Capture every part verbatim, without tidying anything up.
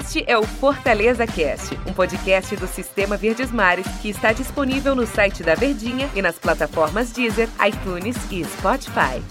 Este é o Fortaleza Cast, um podcast do Sistema Verdes Mares que está disponível no site da Verdinha e nas plataformas Deezer, iTunes e Spotify.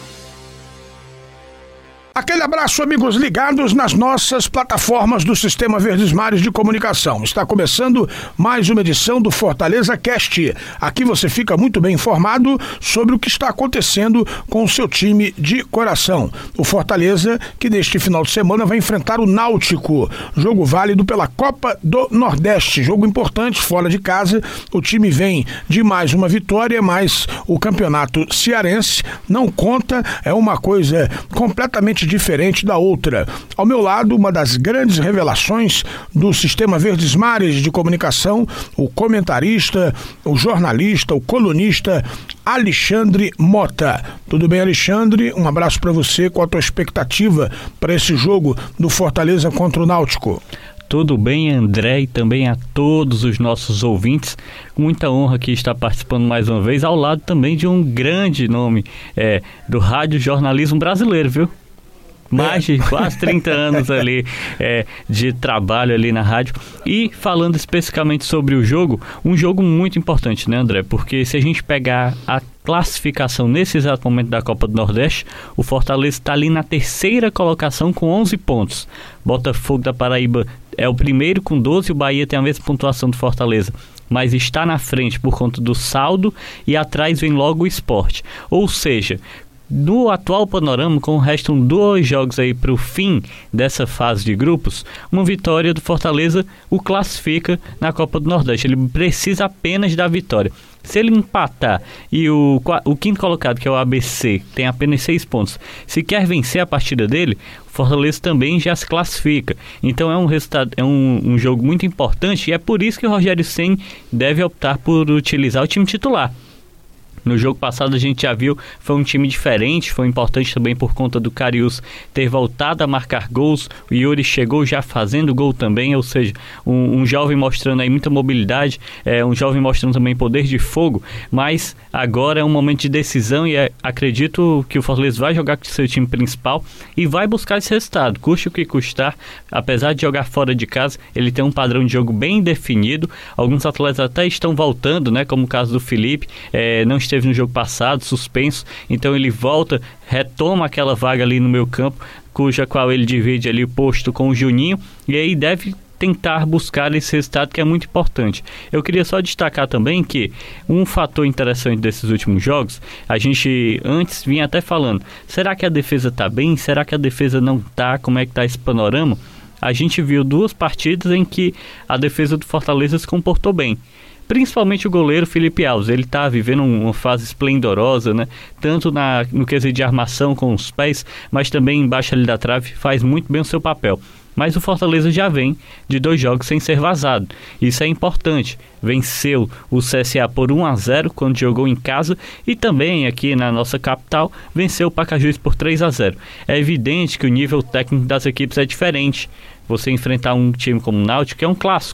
Aquele abraço, amigos ligados nas nossas plataformas do Sistema Verdes Mares de Comunicação. Está começando mais uma edição do Fortaleza Cast. Aqui você fica muito bem informado sobre o que está acontecendo com o seu time de coração. O Fortaleza, que neste final de semana vai enfrentar o Náutico. Jogo válido pela Copa do Nordeste. Jogo importante, fora de casa. O time vem de mais uma vitória, mas o campeonato cearense não conta. É uma coisa completamente diferente da outra. Ao meu lado, uma das grandes revelações do Sistema Verdes Mares de Comunicação, o comentarista, o jornalista, o colunista Alexandre Mota. Tudo bem, Alexandre? Um abraço para você. Qual a tua expectativa para esse jogo do Fortaleza contra o Náutico? Tudo bem, André, e também a todos os nossos ouvintes. Muita honra que está participando mais uma vez, ao lado também de um grande nome é, do rádio jornalismo brasileiro, viu? Mais de quase trinta anos ali é, de trabalho ali na rádio. E falando especificamente sobre o jogo, um jogo muito importante, né, André? Porque se a gente pegar a classificação nesse exato momento da Copa do Nordeste, o Fortaleza está ali na terceira colocação com onze pontos. Botafogo da Paraíba é o primeiro com doze, o Bahia tem a mesma pontuação do Fortaleza, mas está na frente por conta do saldo, e atrás vem logo o Sport. Ou seja, no atual panorama, com restam dois jogos aí para o fim dessa fase de grupos, uma vitória do Fortaleza o classifica na Copa do Nordeste. Ele precisa apenas da vitória. Se ele empatar e o, o quinto colocado, que é o A B C, tem apenas seis pontos, se quer vencer a partida dele, o Fortaleza também já se classifica. Então é um resultado, é um, um jogo muito importante, e é por isso que o Rogério Ceni deve optar por utilizar o time titular. No jogo passado a gente já viu, foi um time diferente, foi importante também por conta do Cariús ter voltado a marcar gols. O Yuri chegou já fazendo gol também, ou seja, um, um jovem mostrando aí muita mobilidade, é, um jovem mostrando também poder de fogo, mas agora é um momento de decisão, e é, acredito que o Fortaleza vai jogar com o seu time principal e vai buscar esse resultado, custe o que custar. Apesar de jogar fora de casa, ele tem um padrão de jogo bem definido. Alguns atletas até estão voltando, né, como o caso do Felipe, é, não esteve no jogo passado, suspenso, então ele volta, retoma aquela vaga ali no meio campo, cuja qual ele divide ali o posto com o Juninho, e aí deve tentar buscar esse resultado, que é muito importante. Eu queria só destacar também que um fator interessante desses últimos jogos, a gente antes vinha até falando, será que a defesa está bem? Será que a defesa não está? Como é que está esse panorama? A gente viu duas partidas em que a defesa do Fortaleza se comportou bem. Principalmente o goleiro Felipe Alves, ele está vivendo uma fase esplendorosa, né? Tanto na, no quesito de armação com os pés, mas também embaixo ali da trave, faz muito bem o seu papel. Mas o Fortaleza já vem de dois jogos sem ser vazado. Isso é importante. Venceu o C S A por um a zero quando jogou em casa, e também aqui na nossa capital venceu o Pacajus por três a zero. É evidente que o nível técnico das equipes é diferente. Você enfrentar um time como o Náutico, que é um clássico.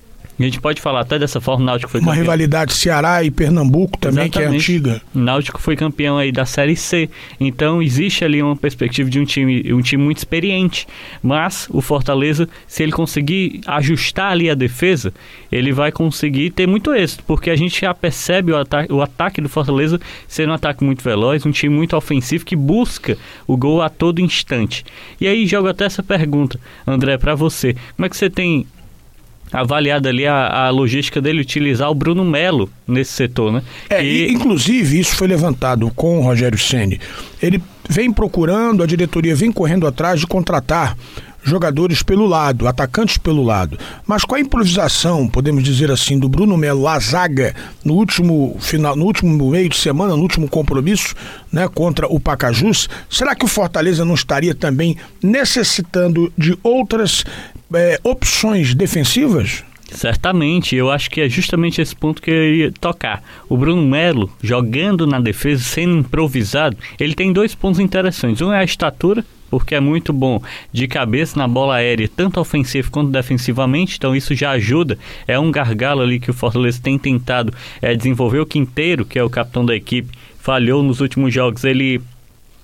A gente pode falar até dessa forma, o Náutico foi uma campeão. rivalidade Ceará e Pernambuco também. Exatamente. Que é antiga. O Náutico foi campeão aí da Série C, então existe ali uma perspectiva de um time, um time muito experiente, mas o Fortaleza, se ele conseguir ajustar ali a defesa, ele vai conseguir ter muito êxito, porque a gente já percebe o ataque, o ataque do Fortaleza sendo um ataque muito veloz, um time muito ofensivo que busca o gol a todo instante. E aí jogo até essa pergunta, André, para você, como é que você tem avaliado ali a, a logística dele utilizar o Bruno Melo nesse setor, né? É, e... inclusive isso foi levantado com o Rogério Ceni. Ele vem procurando, a diretoria vem correndo atrás de contratar jogadores pelo lado, atacantes pelo lado, mas com a improvisação, podemos dizer assim, do Bruno Melo à zaga no último final, no último meio de semana, no último compromisso, né, contra o Pacajus, será que o Fortaleza não estaria também necessitando de outras é, opções defensivas? Certamente, eu acho que é justamente esse ponto que eu ia tocar. O Bruno Melo, jogando na defesa, sendo improvisado, ele tem dois pontos interessantes. Um é a estatura, porque é muito bom de cabeça na bola aérea, tanto ofensivo quanto defensivamente, então isso já ajuda. É um gargalo ali que o Fortaleza tem tentado é, desenvolver. O Quinteiro, que é o capitão da equipe, falhou nos últimos jogos. Ele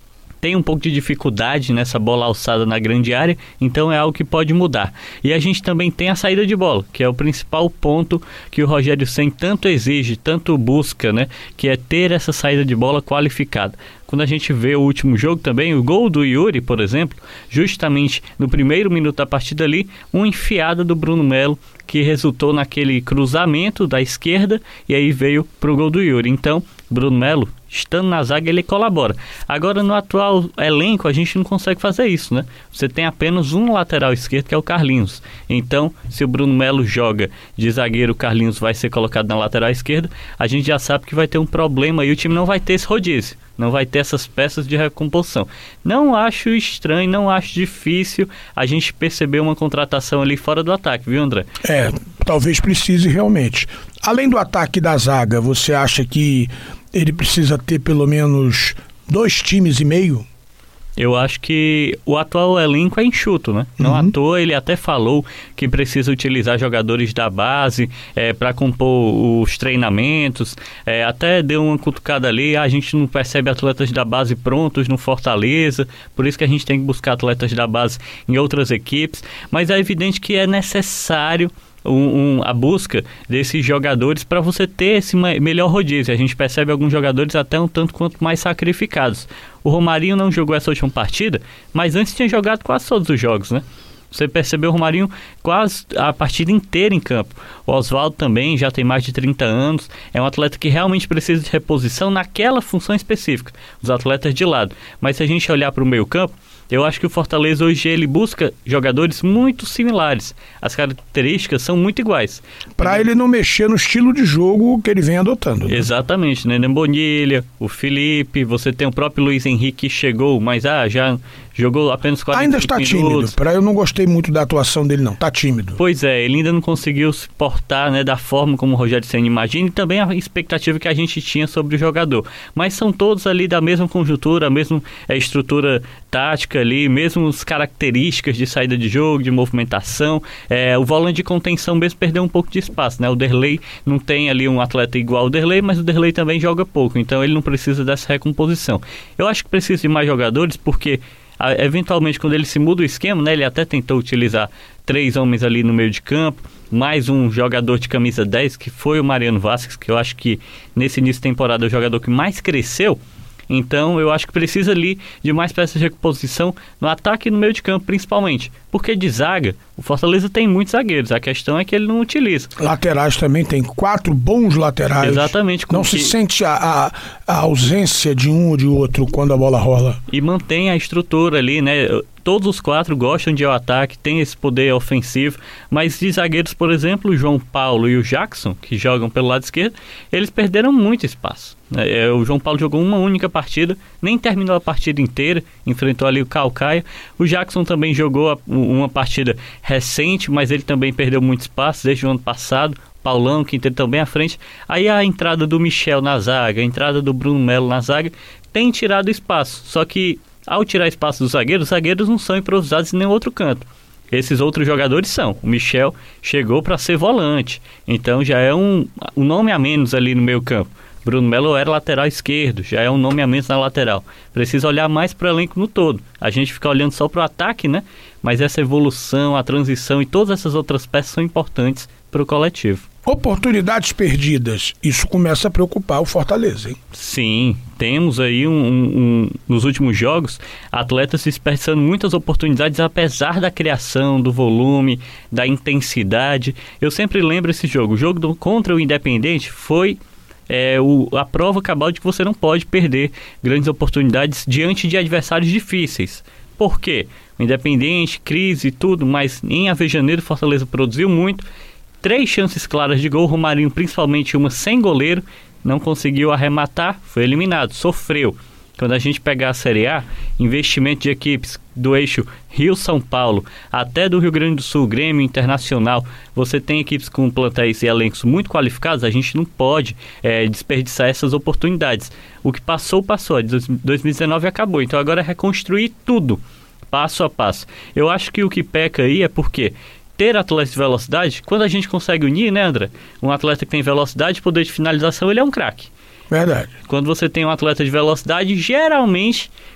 tem um pouco de dificuldade nessa bola alçada na grande área, então é algo que pode mudar. E a gente também tem a saída de bola, que é o principal ponto que o Rogério Ceni tanto exige, tanto busca, né? Que é ter essa saída de bola qualificada. Quando a gente vê o último jogo também, o gol do Yuri, por exemplo, justamente no primeiro minuto da partida ali, uma enfiada do Bruno Melo, que resultou naquele cruzamento da esquerda e aí veio para o gol do Yuri. Então, Bruno Melo, estando na zaga, ele colabora. Agora, no atual elenco, a gente não consegue fazer isso, né? Você tem apenas um lateral esquerdo, que é o Carlinhos. Então, se o Bruno Melo joga de zagueiro, o Carlinhos vai ser colocado na lateral esquerda, a gente já sabe que vai ter um problema e o time não vai ter esse rodízio. Não vai ter essas peças de recomposição. Não acho estranho, não acho difícil a gente perceber uma contratação ali fora do ataque, viu, André? É, talvez precise realmente. Além do ataque da zaga, você acha que ele precisa ter pelo menos dois times e meio? Eu acho que o atual elenco é enxuto, né? Não Uhum. à toa ele até falou que precisa utilizar jogadores da base é, para compor os treinamentos, é, até deu uma cutucada ali, a gente não percebe atletas da base prontos no Fortaleza, por isso que a gente tem que buscar atletas da base em outras equipes, mas é evidente que é necessário Um, um, a busca desses jogadores para você ter esse melhor rodízio. A gente percebe alguns jogadores até um tanto quanto mais sacrificados. O Romarinho não jogou essa última partida, mas antes tinha jogado quase todos os jogos, né? Você percebeu o Romarinho quase a partida inteira em campo. O Oswaldo também já tem mais de trinta anos. É um atleta que realmente precisa de reposição naquela função específica. Os atletas de lado. Mas se a gente olhar para o meio campo, eu acho que o Fortaleza hoje ele busca jogadores muito similares. As características são muito iguais. Para ele não mexer no estilo de jogo que ele vem adotando. Né? Exatamente, né? Bonilha, o Felipe, você tem o próprio Luiz Henrique que chegou, mas ah, já jogou apenas quarenta Ainda está minutos. tímido. Para eu não gostei muito da atuação dele não, está tímido. Pois é, ele ainda não conseguiu se portar, né, da forma como o Rogério Ceni imagina e também a expectativa que a gente tinha sobre o jogador. Mas são todos ali da mesma conjuntura, a mesma é, estrutura tática ali, mesmas características de saída de jogo, de movimentação. É, o volante de contenção mesmo perdeu um pouco de espaço, né? O Derlei não tem ali um atleta igual ao Derlei, mas o Derlei também joga pouco, então ele não precisa dessa recomposição. Eu acho que precisa de mais jogadores porque eventualmente quando ele se muda o esquema, né, ele até tentou utilizar três homens ali no meio de campo, mais um jogador de camisa dez, que foi o Mariano Vasquez, que eu acho que nesse início de temporada é o jogador que mais cresceu. Então eu acho que precisa ali de mais peças de reposição no ataque e no meio de campo principalmente, porque de zaga o Fortaleza tem muitos zagueiros, a questão é que ele não utiliza. Laterais também, tem quatro bons laterais. Exatamente. Não que... se sente a, a, a ausência de um ou de outro quando a bola rola. E mantém a estrutura ali, né? Todos os quatro gostam de ir ao ataque, tem esse poder ofensivo, mas de zagueiros, por exemplo, o João Paulo e o Jackson, que jogam pelo lado esquerdo, eles perderam muito espaço. É, o João Paulo jogou uma única partida, nem terminou a partida inteira, enfrentou ali o Calcaia. O Jackson também jogou uma partida recente, mas ele também perdeu muito espaço desde o ano passado. Paulão, que entrou também à frente. Aí a entrada do Michel na zaga, a entrada do Bruno Melo na zaga, tem tirado espaço, só que ao tirar espaço dos zagueiros, os zagueiros não são improvisados em nenhum outro canto. Esses outros jogadores são. O Michel chegou para ser volante, então já é um, um nome a menos ali no meio campo. Bruno Melo era lateral esquerdo, já é um nome a menos na lateral. Precisa olhar mais para o elenco no todo. A gente fica olhando só para o ataque, né? Mas essa evolução, a transição e todas essas outras peças são importantes para o coletivo. Oportunidades perdidas, isso começa a preocupar o Fortaleza, hein? Sim, temos aí um, um, um, nos últimos jogos atletas desperdiçando muitas oportunidades apesar da criação, do volume, da intensidade. Eu sempre lembro esse jogo, o jogo do, contra o Independente foi é, o, a prova cabal de que você não pode perder grandes oportunidades diante de adversários difíceis. Por quê? O Independente, crise e tudo, mas em Avejaneiro Fortaleza produziu muito. Três chances claras de gol, o Romarinho principalmente uma sem goleiro, não conseguiu arrematar, foi eliminado, sofreu. Quando a gente pegar a Série A, investimento de equipes do eixo Rio-São Paulo, até do Rio Grande do Sul, Grêmio, Internacional, você tem equipes com plantéis e elencos muito qualificados, a gente não pode é, desperdiçar essas oportunidades. O que passou, passou, dois mil e dezenove acabou, então agora é reconstruir tudo, passo a passo. Eu acho que o que peca aí é porque ter atletas de velocidade, quando a gente consegue unir, né, André? Um atleta que tem velocidade e poder de finalização, ele é um craque. Verdade. Quando você tem um atleta de velocidade, geralmente,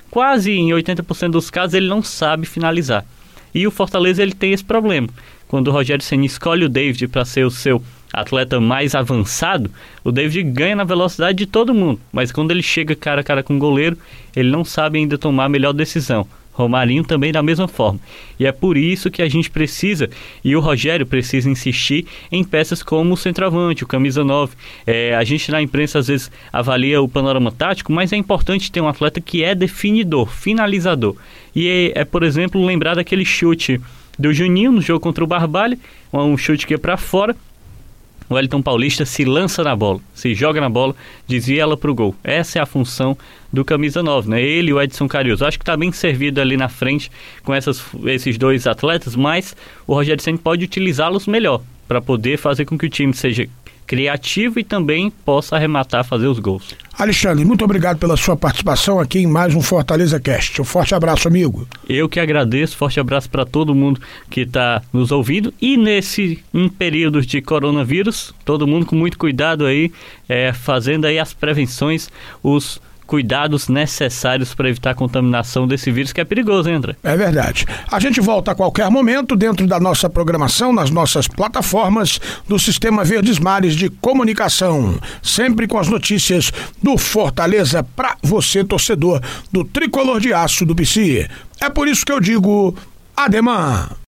quase em oitenta por cento dos casos ele não sabe finalizar. E o Fortaleza ele tem esse problema. Quando o Rogério Ceni escolhe o David para ser o seu atleta mais avançado, o David ganha na velocidade de todo mundo. Mas quando ele chega cara a cara com o goleiro, ele não sabe ainda tomar a melhor decisão. Romarinho também da mesma forma. E é por isso que a gente precisa, e o Rogério precisa insistir em peças como o centroavante, o camisa nove. É, a gente na imprensa às vezes avalia o panorama tático, mas é importante ter um atleta que é definidor, finalizador. E é, é por exemplo, lembrar daquele chute do Juninho no jogo contra o Barbalha, um chute que é para fora. O Wellington Paulista se lança na bola, se joga na bola, desvia ela para o gol. Essa é a função do camisa nove, né? Ele e o Edson Carioso. Acho que está bem servido ali na frente com essas, esses dois atletas, mas o Rogério Ceni pode utilizá-los melhor para poder fazer com que o time seja criativo e também possa arrematar, fazer os gols. Alexandre, muito obrigado pela sua participação aqui em mais um Fortaleza Cast. Um forte abraço, amigo. Eu que agradeço, forte abraço para todo mundo que está nos ouvindo. E nesse em período de coronavírus, todo mundo com muito cuidado aí, é, fazendo aí as prevenções, os cuidados necessários para evitar a contaminação desse vírus que é perigoso, hein, André? É verdade. A gente volta a qualquer momento dentro da nossa programação, nas nossas plataformas do Sistema Verdes Mares de Comunicação. Sempre com as notícias do Fortaleza para você, torcedor do Tricolor de Aço do P C. É por isso que eu digo ademã.